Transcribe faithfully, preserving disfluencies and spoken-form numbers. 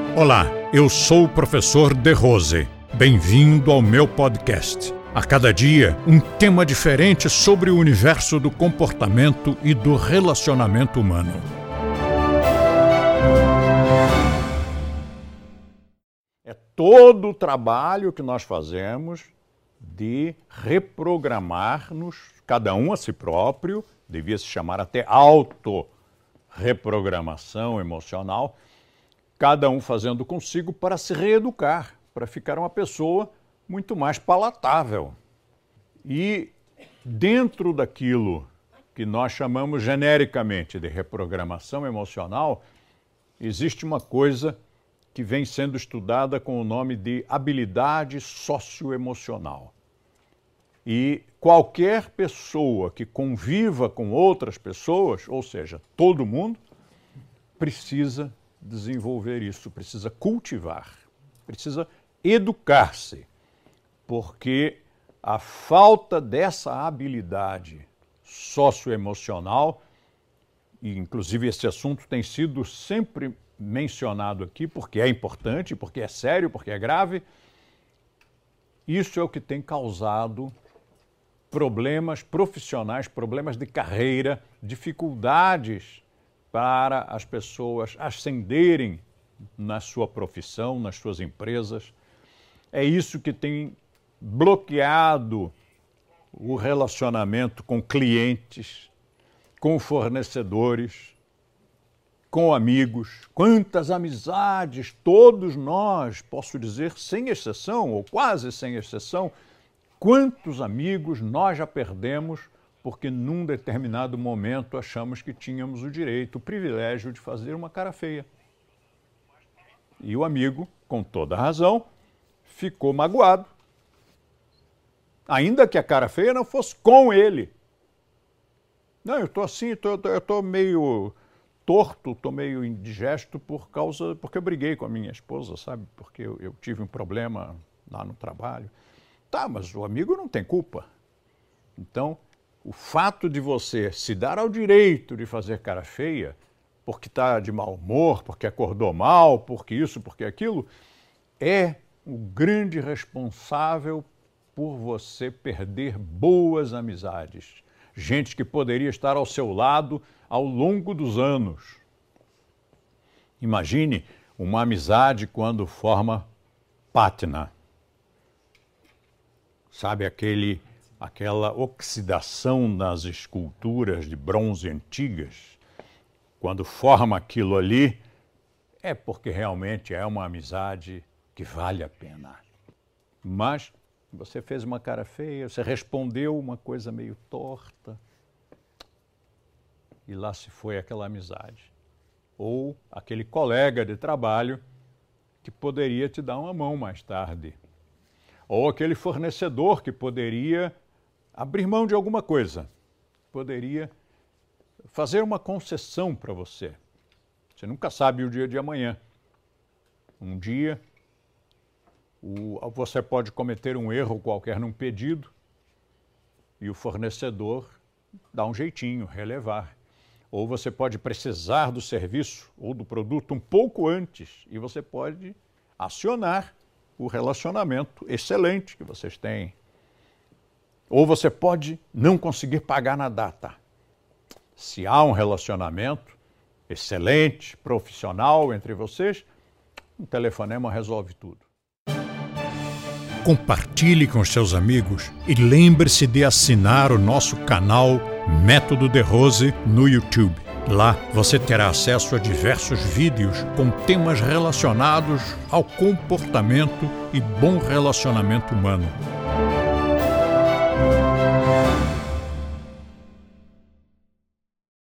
Olá, eu sou o professor De Rose. Bem-vindo ao meu podcast. A cada dia, um tema diferente sobre o universo do comportamento e do relacionamento humano. É todo o trabalho que nós fazemos de reprogramar-nos, cada um a si próprio, devia se chamar até auto-reprogramação emocional, cada um fazendo consigo para se reeducar, para ficar uma pessoa muito mais palatável. E dentro daquilo que nós chamamos genericamente de reprogramação emocional, existe uma coisa que vem sendo estudada com o nome de habilidade socioemocional. E qualquer pessoa que conviva com outras pessoas, ou seja, todo mundo, precisa desenvolver isso, precisa cultivar, precisa educar-se, porque a falta dessa habilidade socioemocional, e inclusive esse assunto tem sido sempre mencionado aqui, porque é importante, porque é sério, porque é grave, isso é o que tem causado problemas profissionais, problemas de carreira, dificuldades para as pessoas ascenderem na sua profissão, nas suas empresas. É isso que tem bloqueado o relacionamento com clientes, com fornecedores, com amigos. Quantas amizades, todos nós, posso dizer, sem exceção, ou quase sem exceção, quantos amigos nós já perdemos porque num determinado momento achamos que tínhamos o direito, o privilégio de fazer uma cara feia. E o amigo, com toda razão, ficou magoado. Ainda que a cara feia não fosse com ele. Não, eu estou assim, tô, eu estou meio torto, estou meio indigesto por causa, porque eu briguei com a minha esposa, sabe? Porque eu, eu tive um problema lá no trabalho. Tá, mas o amigo não tem culpa. Então, o fato de você se dar ao direito de fazer cara feia, porque está de mau humor, porque acordou mal, porque isso, porque aquilo, é o grande responsável por você perder boas amizades. Gente que poderia estar ao seu lado ao longo dos anos. Imagine uma amizade quando forma pátina. Sabe aquele... aquela oxidação nas esculturas de bronze antigas, quando forma aquilo ali, é porque realmente é uma amizade que vale a pena. Mas você fez uma cara feia, você respondeu uma coisa meio torta, e lá se foi aquela amizade. Ou aquele colega de trabalho que poderia te dar uma mão mais tarde. Ou aquele fornecedor que poderia abrir mão de alguma coisa, poderia fazer uma concessão para você. Você nunca sabe o dia de amanhã. Um dia, o, você pode cometer um erro qualquer num pedido e o fornecedor dá um jeitinho, relevar. Ou você pode precisar do serviço ou do produto um pouco antes e você pode acionar o relacionamento excelente que vocês têm. Ou você pode não conseguir pagar na data. Se há um relacionamento excelente, profissional entre vocês, um telefonema resolve tudo. Compartilhe com seus amigos e lembre-se de assinar o nosso canal Método De Rose no YouTube. Lá você terá acesso a diversos vídeos com temas relacionados ao comportamento e bom relacionamento humano.